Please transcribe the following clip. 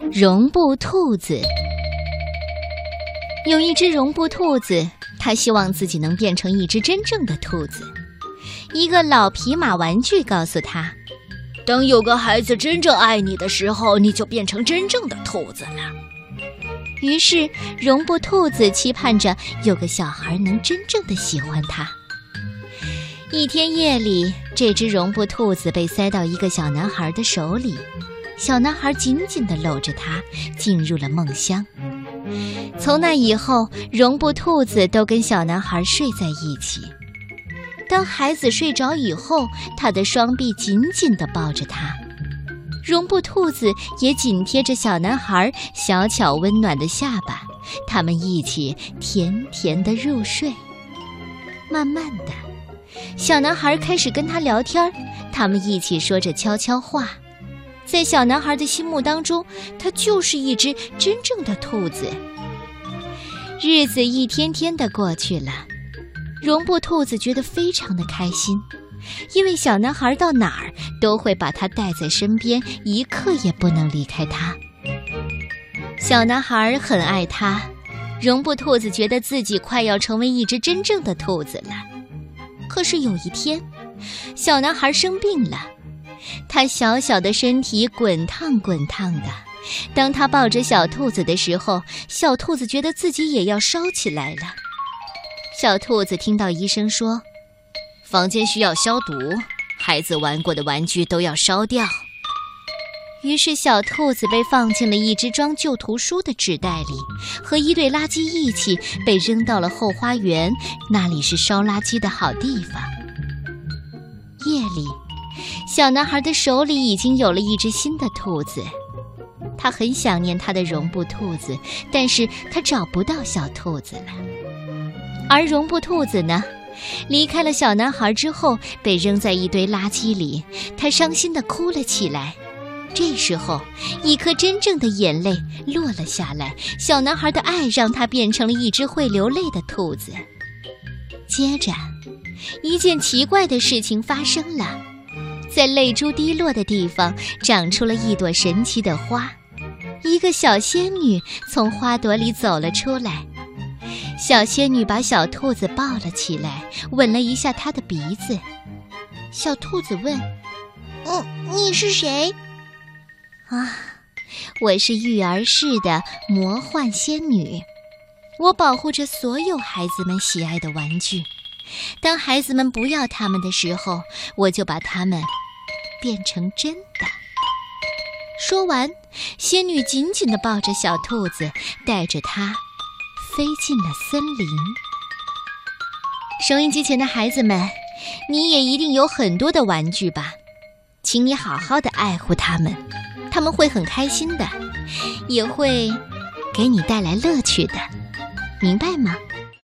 绒布兔子。有一只绒布兔子，它希望自己能变成一只真正的兔子。一个老匹马玩具告诉他， 等有个孩子真正爱你的时候，你就变成真正的兔子了。 于是绒布兔子期盼着有个小孩能真正的喜欢它。一天夜里，这只绒布兔子被塞到一个小男孩的手里，小男孩紧紧地搂着它，进入了梦乡。从那以后，绒布兔子都跟小男孩睡在一起。当孩子睡着以后，他的双臂紧紧地抱着他，绒布兔子也紧贴着小男孩小巧温暖的下巴，他们一起甜甜地入睡。慢慢的，小男孩开始跟他聊天，他们一起说着悄悄话。在小男孩的心目当中，他就是一只真正的兔子。日子一天天的过去了，绒布兔子觉得非常的开心，因为小男孩到哪儿都会把他带在身边，一刻也不能离开他。小男孩很爱他，绒布兔子觉得自己快要成为一只真正的兔子了。可是有一天，小男孩生病了，他小小的身体滚烫滚烫的，当他抱着小兔子的时候，小兔子觉得自己也要烧起来了。小兔子听到医生说， 房间需要消毒，孩子玩过的玩具都要烧掉。 于是小兔子被放进了一只装旧图书的纸袋里，和一堆垃圾一起被扔到了后花园，那里是烧垃圾的好地方。夜里，小男孩的手里已经有了一只新的兔子，他很想念他的绒布兔子，但是他找不到小兔子了。而绒布兔子呢，离开了小男孩之后，被扔在一堆垃圾里，他伤心地哭了起来。这时候，一颗真正的眼泪落了下来，小男孩的爱让他变成了一只会流泪的兔子。接着，一件奇怪的事情发生了，在泪珠滴落的地方长出了一朵神奇的花，一个小仙女从花朵里走了出来。小仙女把小兔子抱了起来，吻了一下它的鼻子。小兔子问， 你是谁？ 我是育儿室的魔幻仙女，我保护着所有孩子们喜爱的玩具，当孩子们不要它们的时候，我就把它们变成真的。说完，仙女紧紧地抱着小兔子，带着它飞进了森林。收音机前的孩子们，你也一定有很多的玩具吧？请你好好的爱护它们，他们会很开心的，也会给你带来乐趣的，明白吗？